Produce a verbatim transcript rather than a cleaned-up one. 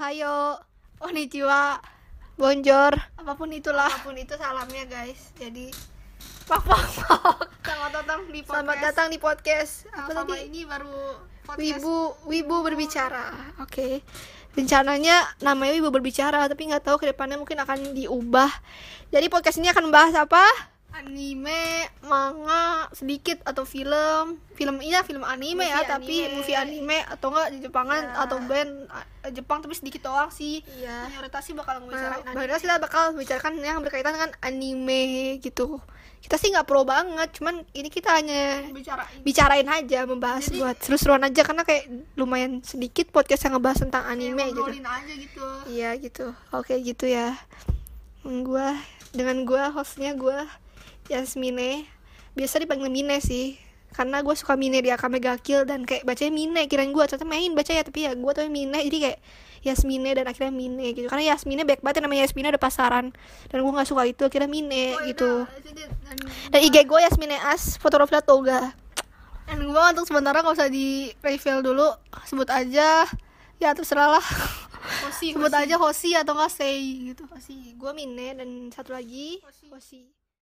Ohayo, konnichiwa, bonjour, apapun itulah, apapun itu salamnya guys. Jadi pak pak pak. selamat datang di podcast. Selamat datang di podcast. Apa Apa tadi? tadi? Ini baru podcast. Wibu Wibu berbicara. Oke. Okay. Rencananya namanya Wibu berbicara, tapi nggak tahu kedepannya mungkin akan diubah. Jadi podcast ini akan membahas apa? Anime, manga, sedikit atau film, film iya film anime Movie ya, anime. tapi movie anime atau enggak di Jepangan Ya. atau band uh, Jepang tapi sedikit doang sih. Iya. Mayoritas sih bakal ngebicarain Nah, anime. mayoritas kita bakal membicarakan yang berkaitan dengan anime gitu. Kita sih nggak pro banget, cuman ini kita hanya Bicarain. bicarain aja, membahas Jadi- buat seru-seruan aja karena kayak lumayan sedikit podcast yang ngebahas tentang anime Kayak gitu. ngobrolin aja gitu. Iya gitu. Oke gitu ya. Hmm, Gua dengan gua hostnya gua Yasmine. Biasa dipanggil Mine sih. Karena gue suka Mine di Akame ga Kill dan kayak bacanya Mine, kirain gue ternyata main baca ya, tapi ya gue tuh Mine, jadi kayak Yasmine dan akhirnya Mine gitu. Karena Yasmine baik banget namanya Yasmine ada pasaran dan gue nggak suka itu, akhirnya Mine Oh, gitu. yaudah, jadi- dan, Dan I G gue Yasmine As, fotografer toga. dan gue untuk sementara gak usah di reveal dulu, sebut aja ya terserah lah. Hoshi, Sebut aja Hoshi atau enggak Sei gitu. Hoshi, gue Mine dan satu lagi Hoshi. Hoshi.